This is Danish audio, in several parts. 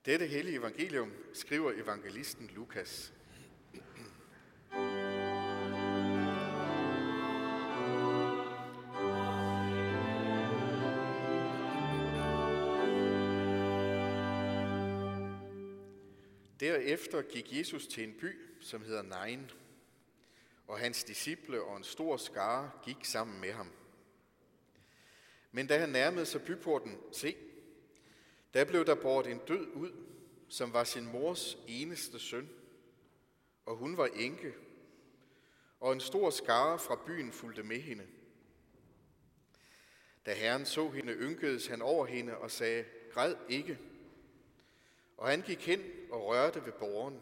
Dette hellige evangelium skriver evangelisten Lukas. Derefter gik Jesus til en by, som hedder Nain, og hans disciple og en stor skare gik sammen med ham. Men da han nærmede sig byporten, se, der blev der båret en død ud, som var sin mors eneste søn, og hun var enke, og en stor skare fra byen fulgte med hende. Da Herren så hende, ynkedes han over hende og sagde, græd ikke. Og han gik hen og rørte ved båren.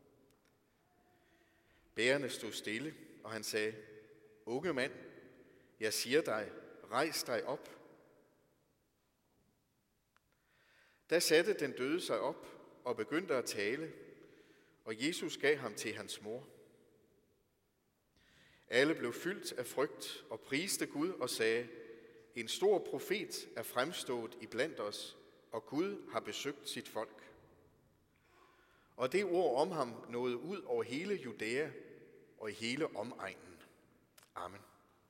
Bærerne stod stille, og han sagde, unge mand, jeg siger dig, rejs dig op. Da satte den døde sig op og begyndte at tale, og Jesus gav ham til hans mor. Alle blev fyldt af frygt og priste Gud og sagde, en stor profet er fremstået iblandt os, og Gud har besøgt sit folk. Og det ord om ham nåede ud over hele Judæa og i hele omegnen. Amen.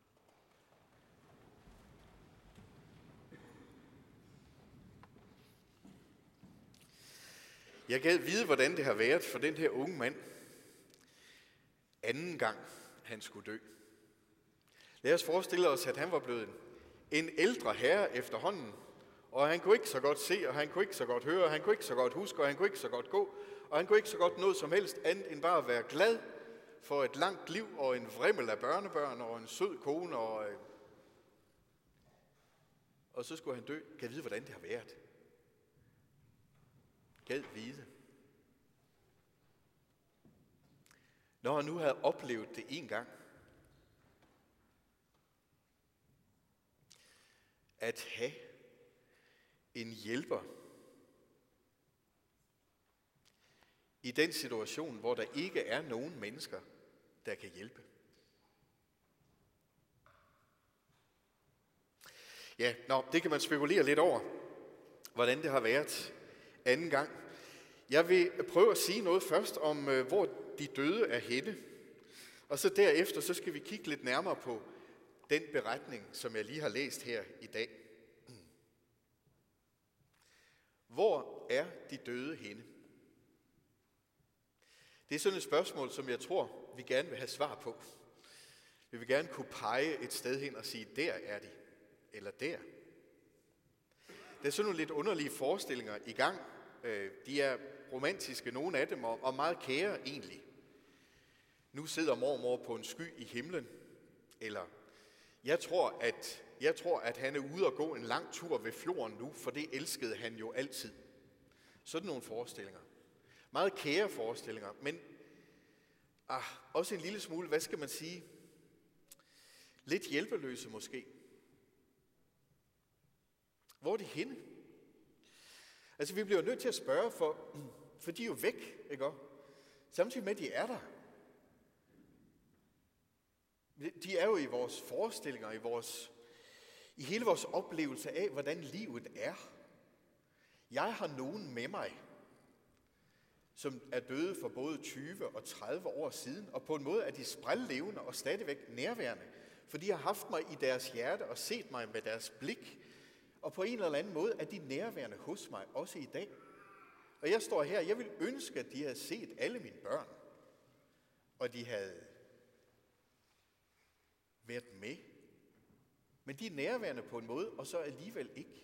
Jeg gad vide, hvordan det har været for den her unge mand, anden gang han skulle dø. Lad os forestille os, at han var blevet en ældre herre efterhånden, og han kunne ikke så godt se, og han kunne ikke så godt høre, og han kunne ikke så godt huske, og han kunne ikke så godt gå, og han kunne ikke så godt noget som helst andet end bare at være glad for et langt liv og en vrimmel af børnebørn og en sød kone, og så skulle han dø. Kan vide, hvordan det har været? Gad vide. Når han nu havde oplevet det en gang, at have en hjælper i den situation, hvor der ikke er nogen mennesker, der kan hjælpe. Ja, det kan man spekulere lidt over, hvordan det har været anden gang. Jeg vil prøve at sige noget først om, hvor de døde er henne. Og så derefter, så skal vi kigge lidt nærmere på den beretning, som jeg lige har læst her i dag. Hvor er de døde henne? Det er sådan et spørgsmål, som jeg tror, vi gerne vil have svar på. Vi vil gerne kunne pege et sted hen og sige, der er de, eller der. Der er sådan nogle lidt underlige forestillinger i gang. De er romantiske, nogle af dem, og meget kære egentlig. Nu sidder mormor på en sky i himlen, eller jeg tror, at han er ude og gå en lang tur ved fjorden nu, for det elskede han jo altid. Sådan nogle forestillinger. Meget kære forestillinger, men også en lille smule, hvad skal man sige, lidt hjælpeløse måske. Hvor er de henne? Altså, vi bliver nødt til at spørge, for de er jo væk, ikke også? Samtidig med, at de er der. De er jo i vores forestillinger, i hele vores oplevelse af, hvordan livet er. Jeg har nogen med mig, som er døde for både 20 og 30 år siden, og på en måde er de sprællevende og stadigvæk nærværende, for de har haft mig i deres hjerte og set mig med deres blik, og på en eller anden måde er de nærværende hos mig, også i dag. Og jeg står her, jeg vil ønske, at de havde set alle mine børn, og de havde været med. Men de er nærværende på en måde, og så alligevel ikke.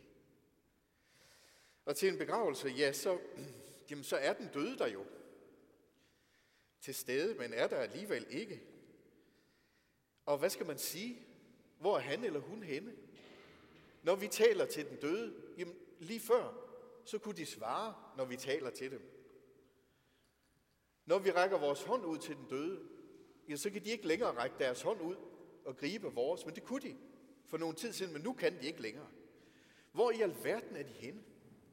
Og til en begravelse, ja, så er den døde der jo til stede, men er der alligevel ikke. Og hvad skal man sige? Hvor er han eller hun henne? Når vi taler til den døde, jamen lige før, så kunne de svare, når vi taler til dem. Når vi rækker vores hånd ud til den døde, ja, så kan de ikke længere række deres hånd ud og gribe vores, men det kunne de for nogle tid siden, men nu kan de ikke længere. Hvor i alverden er de henne?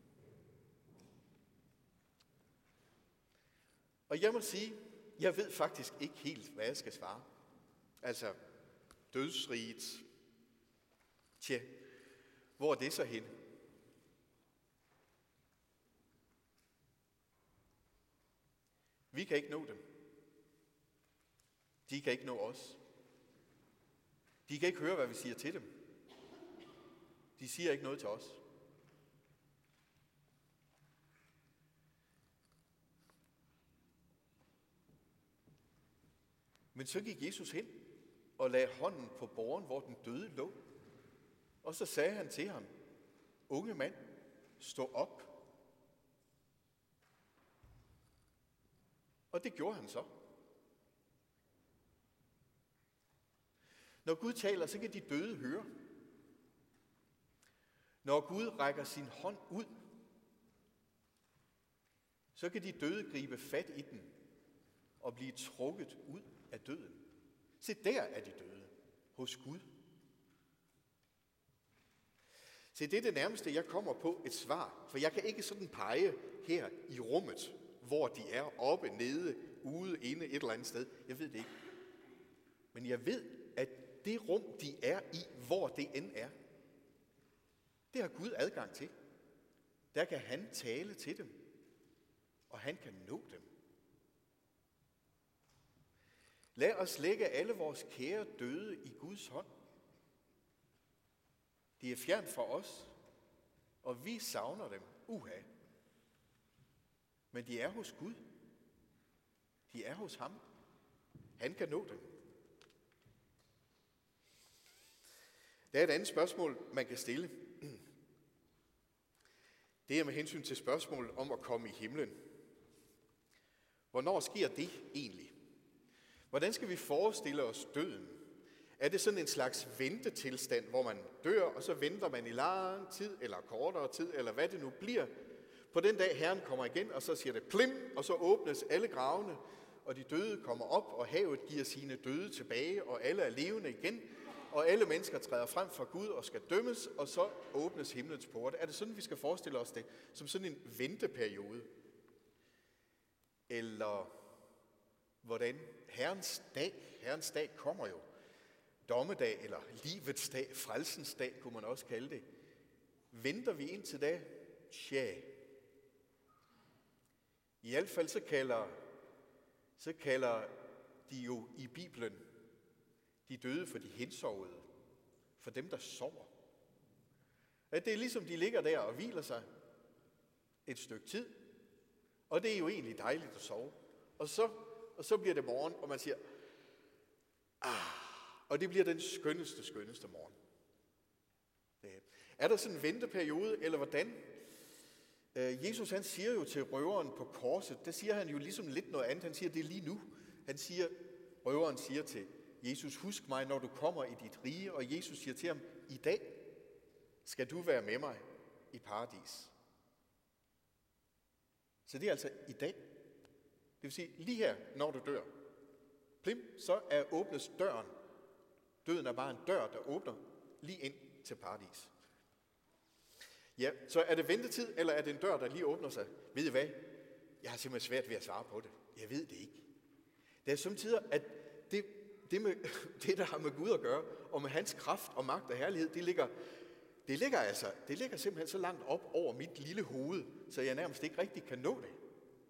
Og jeg må sige, jeg ved faktisk ikke helt, hvad jeg skal svare. Altså, dødsriget. Hvor er det så henne? Vi kan ikke nå dem. De kan ikke nå os. De kan ikke høre, hvad vi siger til dem. De siger ikke noget til os. Men så gik Jesus hen og lagde hånden på båren, hvor den døde lå. Og så sagde han til ham, unge mand, stå op. Og det gjorde han så. Når Gud taler, så kan de døde høre. Når Gud rækker sin hånd ud, så kan de døde gribe fat i den og blive trukket ud af døden. Se, der er de døde, hos Gud. Se, det er det nærmeste, jeg kommer på et svar, for jeg kan ikke sådan pege her i rummet, hvor de er, oppe, nede, ude, inde, et eller andet sted. Jeg ved det ikke. Men jeg ved, at det rum, de er i, hvor det end er, det har Gud adgang til. Der kan han tale til dem, og han kan nå dem. Lad os lægge alle vores kære døde i Guds hånd. De er fjernt fra os, og vi savner dem. Uha. Men de er hos Gud. De er hos ham. Han kan nå dem. Der er et andet spørgsmål, man kan stille. Det er med hensyn til spørgsmålet om at komme i himlen. Hvornår sker det egentlig? Hvordan skal vi forestille os døden? Er det sådan en slags ventetilstand, hvor man dør, og så venter man i lang tid, eller kortere tid, eller hvad det nu bliver? På den dag Herren kommer igen, og så siger det plim, og så åbnes alle gravene, og de døde kommer op, og havet giver sine døde tilbage, og alle er levende igen, og alle mennesker træder frem for Gud og skal dømmes, og så åbnes himlens porte. Er det sådan, vi skal forestille os det? Som sådan en venteperiode? Eller hvordan? Herrens dag kommer jo. Dommedag, eller livets dag, frelsens dag, kunne man også kalde det. Venter vi indtil da? Tja. I hvert fald så kalder de jo i Bibelen de døde for de hensovede, for dem, der sover. At det er ligesom, de ligger der og hviler sig et stykke tid, og det er jo egentlig dejligt at sove. Og så bliver det morgen, og man siger, og det bliver den skønneste morgen. Er der sådan en venteperiode, eller hvordan? Jesus, han siger jo til røveren på korset, der siger han jo ligesom lidt noget andet. Han siger, det er lige nu. Røveren siger til Jesus, husk mig, når du kommer i dit rige. Og Jesus siger til ham, i dag skal du være med mig i paradis. Så det er altså i dag. Det vil sige, lige her, når du dør, plim, så åbnes døren. Døden er bare en dør, der åbner lige ind til paradis. Ja, så er det ventetid, eller er det en dør, der lige åbner sig? Ved I hvad? Jeg har simpelthen svært ved at svare på det. Jeg ved det ikke. Det er samtidig, at det, der har med Gud at gøre, og med hans kraft og magt og herlighed, det ligger simpelthen så langt op over mit lille hoved, så jeg nærmest ikke rigtig kan nå det.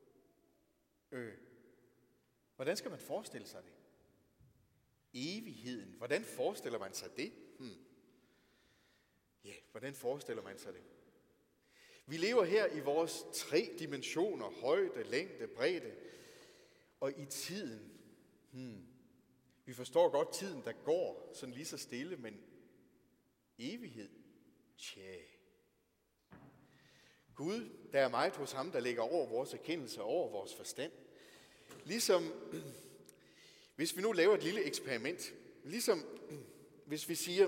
Hvordan skal man forestille sig det? Evigheden. Hvordan forestiller man sig det? Ja, hvordan forestiller man sig det? Vi lever her i vores 3 dimensioner, højde, længde, bredde, og i tiden. Vi forstår godt tiden, der går sådan lige så stille, men evighed? Tja. Gud, der er meget hos ham, der ligger over vores erkendelse, over vores forstand. Ligesom, hvis vi nu laver et lille eksperiment, ligesom hvis vi siger,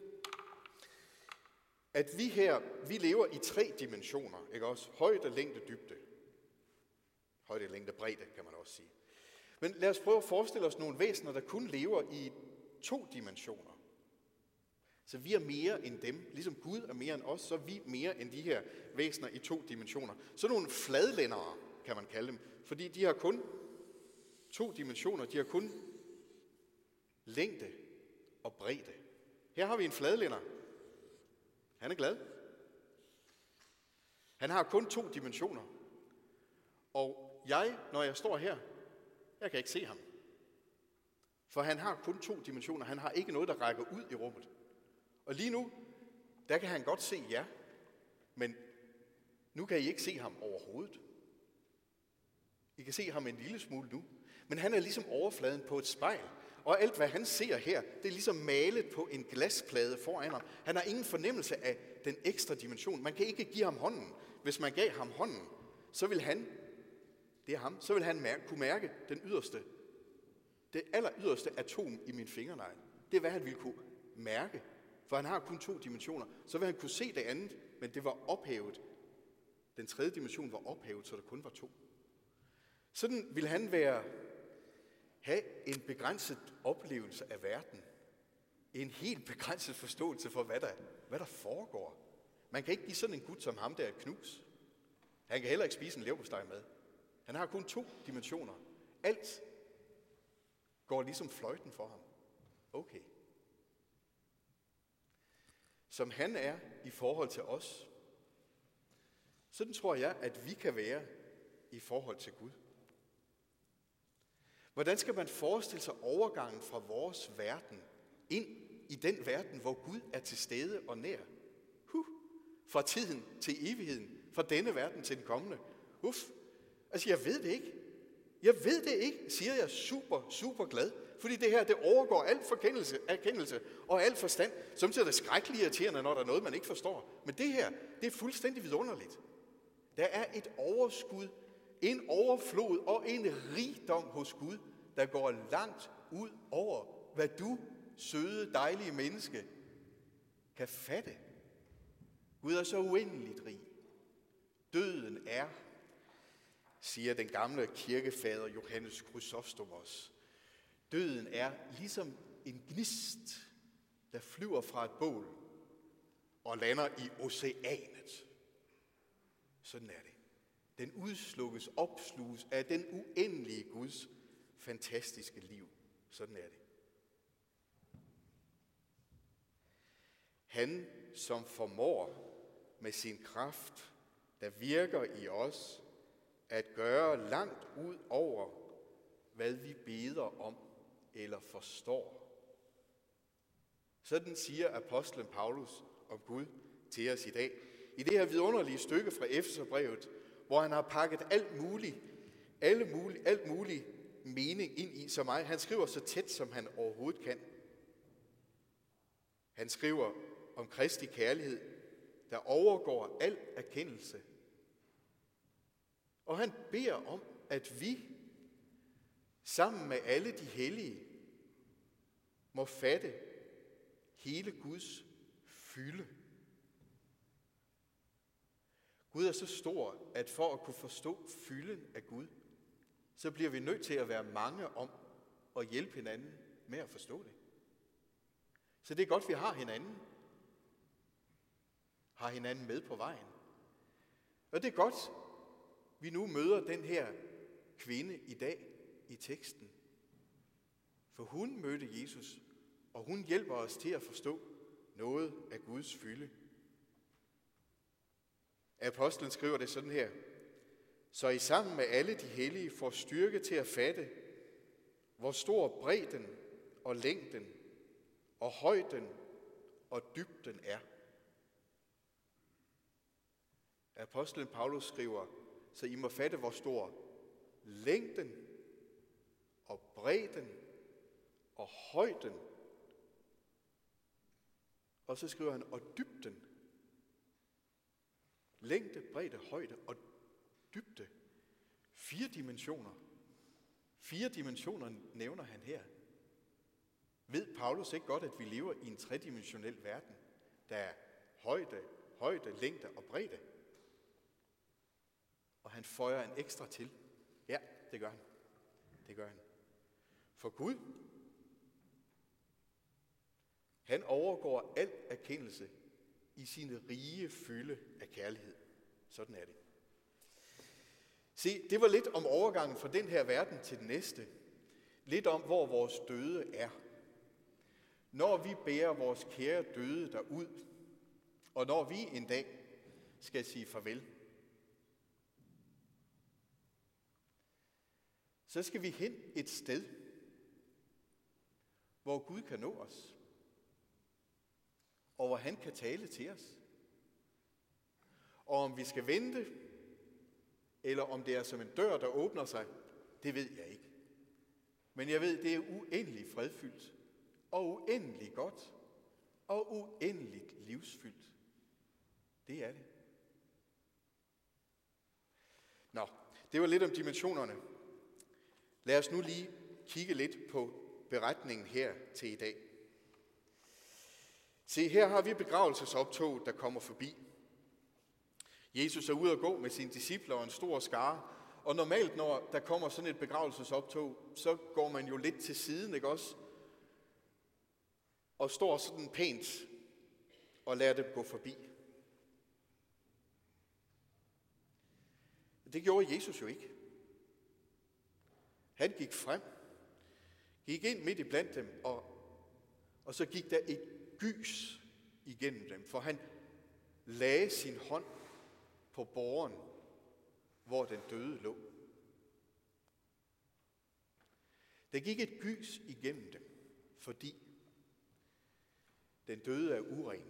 at vi lever i 3 dimensioner, ikke også? Højde, længde, dybde. Højde, længde, bredde, kan man også sige. Men lad os prøve at forestille os nogle væsener, der kun lever i 2 dimensioner. Så vi er mere end dem. Ligesom Gud er mere end os, så er vi mere end de her væsener i 2 dimensioner. Så nogle fladlændere, kan man kalde dem. Fordi de har kun 2 dimensioner. De har kun længde og bredde. Her har vi en fladlænder. Han er glad. Han har kun 2 dimensioner. Og når jeg står her, Jeg kan ikke se ham. For han har kun 2 dimensioner. Han har ikke noget, der rækker ud i rummet. Og lige nu, der kan han godt se jer, men nu kan I ikke se ham overhovedet. I kan se ham en lille smule nu. Men han er ligesom overfladen på et spejl. Og alt, hvad han ser her, det er ligesom malet på en glasplade foran ham. Han har ingen fornemmelse af den ekstra dimension. Man kan ikke give ham hånden. Hvis man gav ham hånden, så vil han, det er ham, så vil han kunne mærke det alleryderste atom i min fingernegl. Det er, hvad han ville kunne mærke. For han har kun 2 dimensioner. Så vil han kunne se det andet, men det var ophævet. Den 3. dimension var ophævet, så der kun var 2. Sådan vil han have en begrænset oplevelse af verden. En helt begrænset forståelse for, hvad der foregår. Man kan ikke give sådan en gut som ham der et knus. Han kan heller ikke spise en leverpostej med. Han har kun 2 dimensioner. Alt går ligesom fløjten for ham. Okay. Som han er i forhold til os, sådan tror jeg, at vi kan være i forhold til Gud. Hvordan skal man forestille sig overgangen fra vores verden ind i den verden, hvor Gud er til stede og nær? Fra tiden til evigheden, fra denne verden til den kommende. Altså, jeg ved det ikke. Jeg ved det ikke, siger jeg super glad. Fordi det her, det overgår alt erkendelse og alt forstand. Samtidig er det skrækkeligt irriterende, når der er noget, man ikke forstår. Men det her, det er fuldstændig vidunderligt. Der er et overskud, en overflod og en rigdom hos Gud, der går langt ud over, hvad du, søde, dejlige menneske, kan fatte. Gud er så uendeligt rig. Døden er, siger den gamle kirkefader Johannes Chrysostomos, døden er ligesom en gnist, der flyver fra et bål og lander i oceanet. Sådan er det. Den udslukkes, opsluges af den uendelige Guds fantastiske liv. Sådan er det. Han, som formår med sin kraft, der virker i os, at gøre langt ud over, hvad vi beder om eller forstår. Sådan siger apostlen Paulus om Gud til os i dag. I det her vidunderlige stykke fra Efeserbrevet, hvor han har pakket alt mulig mening ind i så meget. Han skriver så tæt, som han overhovedet kan. Han skriver om Kristi kærlighed, der overgår al erkendelse. Og han beder om, at vi, sammen med alle de hellige, må fatte hele Guds fylde. Gud er så stor, at for at kunne forstå fylden af Gud, så bliver vi nødt til at være mange om at hjælpe hinanden med at forstå det. Så det er godt, vi har hinanden med på vejen. Og det er godt, vi nu møder den her kvinde i dag i teksten. For hun mødte Jesus, og hun hjælper os til at forstå noget af Guds fylde. Apostlen skriver det sådan her: så I sammen med alle de hellige får styrke til at fatte, hvor stor bredden og længden og højden og dybden er. Apostlen Paulus skriver, så I må fatte, hvor stor længden og bredden og højden. Og så skriver han, og dybden. Længde, bredde, højde og dybde. 4 dimensioner. 4 dimensioner nævner han her. Ved Paulus ikke godt, at vi lever i en tredimensionel verden, der er højde, længde og bredde? Og han føjer en ekstra til. Ja, det gør han. Det gør han. For Gud, han overgår al erkendelse i sin rige fylde af kærlighed. Sådan er det. Se, det var lidt om overgangen fra den her verden til den næste. Lidt om, hvor vores døde er. Når vi bærer vores kære døde derud, og når vi en dag skal sige farvel, så skal vi hen et sted, hvor Gud kan nå os, og hvor han kan tale til os. Og om vi skal vente, eller om det er som en dør, der åbner sig, det ved jeg ikke. Men jeg ved, det er uendelig fredfyldt, og uendelig godt, og uendeligt livsfyldt. Det er det. Nå, det var lidt om dimensionerne. Lad os nu lige kigge lidt på beretningen her til i dag. Se, her har vi begravelsesoptoget, der kommer forbi. Jesus er ude at gå med sine discipler og en stor skare. Og normalt, når der kommer sådan et begravelsesoptog, så går man jo lidt til siden, ikke også? Og står sådan pænt og lader dem gå forbi. Det gjorde Jesus jo ikke. Han gik frem, gik ind midt i blandt dem, og så gik der et gys igennem dem, for han lagde sin hånd på båren, hvor den døde lå. Der gik et gys igennem dem, fordi den døde er uren.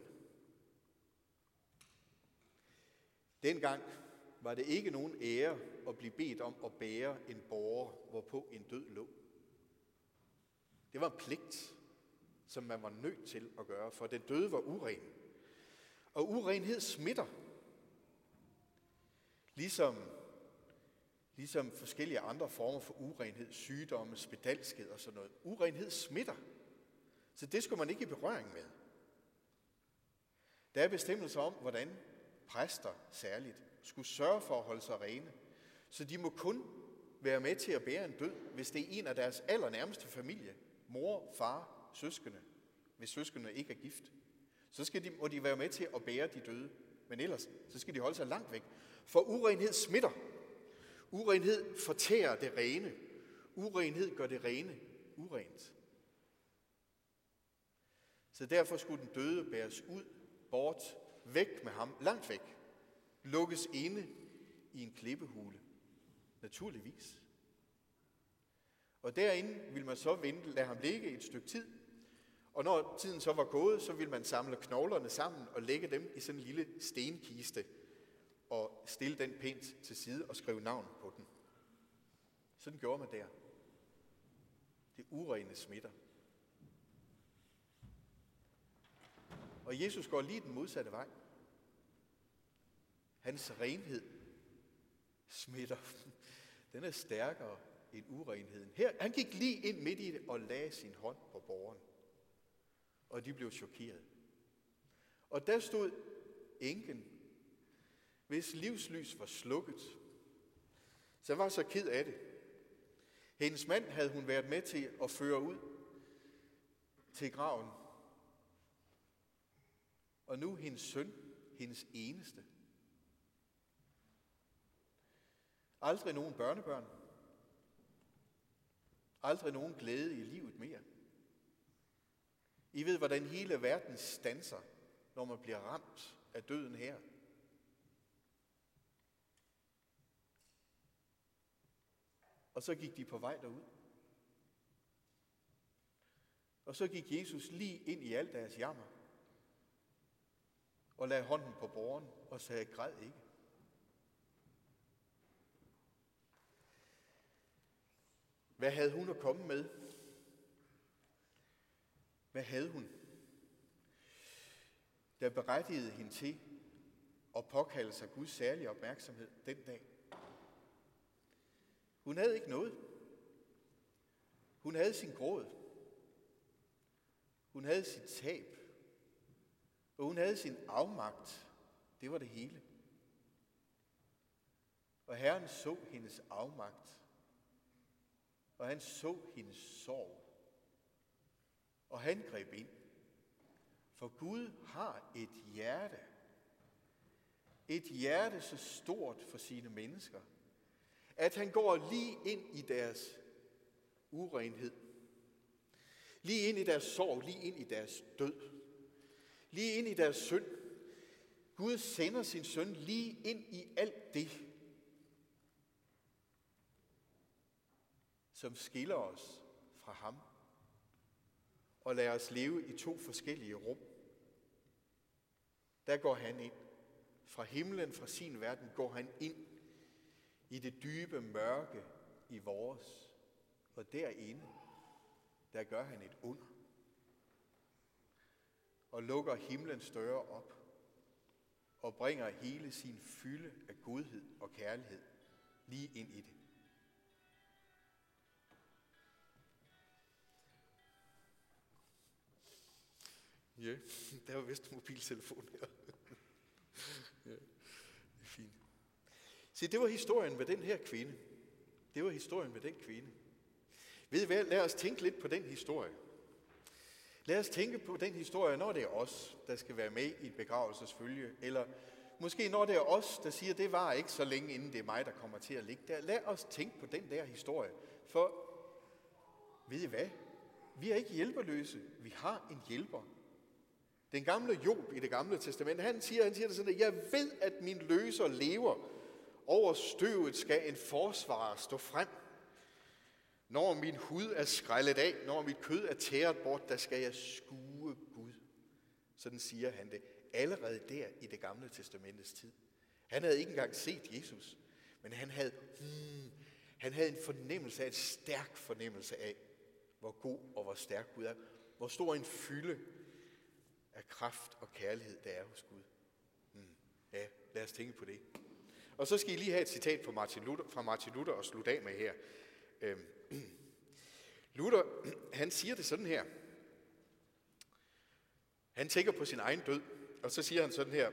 Dengang var det ikke nogen ære at blive bedt om at bære en båre, hvorpå en død lå. Det var en pligt, som man var nødt til at gøre, for den døde var uren. Og urenhed smitter. Ligesom forskellige andre former for urenhed, sygdomme, spedalskhed og sådan noget. Urenhed smitter. Så det skulle man ikke i berøring med. Der er bestemmelser om, hvordan præster særligt skulle sørge for at holde sig rene. Så de må kun være med til at bære en død, hvis det er en af deres allernærmeste familie. Mor, far, søskende. Hvis søskende ikke er gift. Så må de være med til at bære de døde. Men ellers, så skal de holde sig langt væk. For urenhed smitter. Urenhed fortærer det rene. Urenhed gør det rene urent. Så derfor skulle den døde bæres ud, bort, væk med ham, langt væk. Lukkes inde i en klippehule. Naturligvis. Og derinde vil man så lade ham ligge et stykke tid. Og når tiden så var gået, så vil man samle knoglerne sammen og lægge dem i sådan en lille stenkiste og stille den pænt til side og skrive navn på den. Sådan gjorde man der. Det urene smitter. Og Jesus går lige den modsatte vej. Hans renhed smitter. Den er stærkere end urenheden. Han gik lige ind midt i det og lagde sin hånd på båren. Og de blev chokeret. Og der stod enken, hvis livslys var slukket. Så jeg var så ked af det. Hendes mand havde hun været med til at føre ud til graven. Og nu hendes søn, hendes eneste. Aldrig nogen børnebørn. Aldrig nogen glæde i livet mere. I ved, hvordan hele verden standser, når man bliver ramt af døden her. Og så gik de på vej derud. Og så gik Jesus lige ind i alt deres jammer. Og lagde hånden på båren og sagde, græd ikke. Hvad havde hun at komme med? Hvad havde hun, der berettigede hende til at påkalde sig Guds særlige opmærksomhed den dag? Hun havde ikke noget. Hun havde sin gråd. Hun havde sit tab. Og hun havde sin afmagt. Det var det hele. Og Herren så hendes afmagt. Og han så hendes sorg. Og han greb ind. For Gud har et hjerte. Et hjerte så stort for sine mennesker, at han går lige ind i deres urenhed. Lige ind i deres sorg, lige ind i deres død. Lige ind i deres synd. Gud sender sin søn lige ind i alt det. som skiller os fra ham, og lader os leve i to forskellige rum. Der går han ind. Fra himlen, fra sin verden, går han ind i det dybe mørke i vores. Og derinde, der gør han et under. Og lukker himlens døre op. Og bringer hele sin fylde af godhed og kærlighed lige ind i det. Ja, der var vist mobiltelefon her. Ja, det er fint. Se, det var historien med den her kvinde. Det var historien med den kvinde. Ved I hvad? Lad os tænke lidt på den historie. Lad os tænke på den historie, når det er os, der skal være med i et begravelsesfølge, eller måske når det er os, der siger, det var ikke så længe, inden det er mig, der kommer til at ligge der. Lad os tænke på den der historie, for ved I hvad? Vi er ikke hjælperløse. Vi har en hjælper. Den gamle Job i det gamle testament, han siger det sådan, at jeg ved, at min løser lever. Over støvet skal en forsvarer stå frem. Når min hud er skrællet af, når mit kød er tæret bort, der skal jeg skue Gud. Sådan siger han det allerede der i det gamle testamentets tid. Han havde ikke engang set Jesus, men han havde en fornemmelse af, en stærk fornemmelse af, hvor god og hvor stærk Gud er. Hvor stor en fylde af kraft og kærlighed, der er hos Gud. Ja, lad os tænke på det. Og så skal I lige have et citat fra Martin Luther og slutte af med her. Luther, han siger det sådan her. Han tænker på sin egen død, og så siger han sådan her.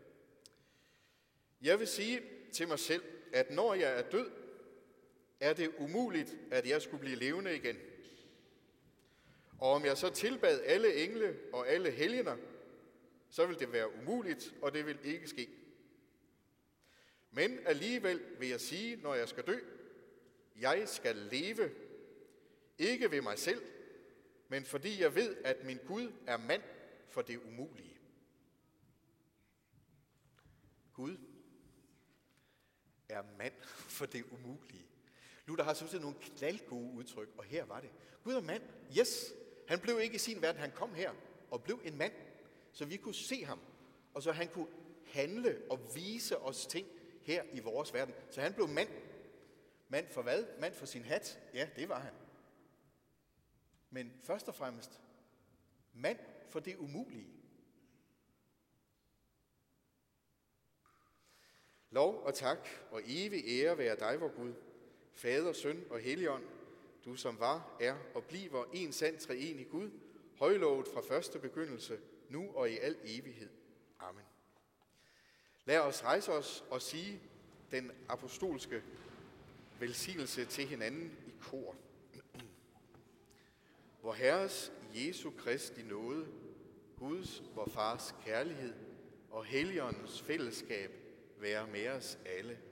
Jeg vil sige til mig selv, at når jeg er død, er det umuligt, at jeg skulle blive levende igen. Og om jeg så tilbad alle engle og alle helgener, så vil det være umuligt, og det vil ikke ske. Men alligevel vil jeg sige, når jeg skal dø, jeg skal leve, ikke ved mig selv, men fordi jeg ved, at min Gud er mand for det umulige. Gud er mand for det umulige. Luther har sådan nogle knaldgode udtryk, og her var det. Gud er mand, yes. Han blev ikke i sin verden, han kom her og blev en mand, så vi kunne se ham, og så han kunne handle og vise os ting her i vores verden. Så han blev mand. Mand for hvad? Mand for sin hat? Ja, det var han. Men først og fremmest, mand for det umulige. Lov og tak og evig ære være dig, vor Gud, Fader, Søn og Helligånd, du som var, er og bliver en sand treenig Gud, højlovet fra første begyndelse, nu og i al evighed. Amen. Lad os rejse os og sige den apostolske velsignelse til hinanden i kor. Vor Herres Jesu Kristi nåde, Guds, vor Fars kærlighed og Helligåndens fællesskab være med os alle.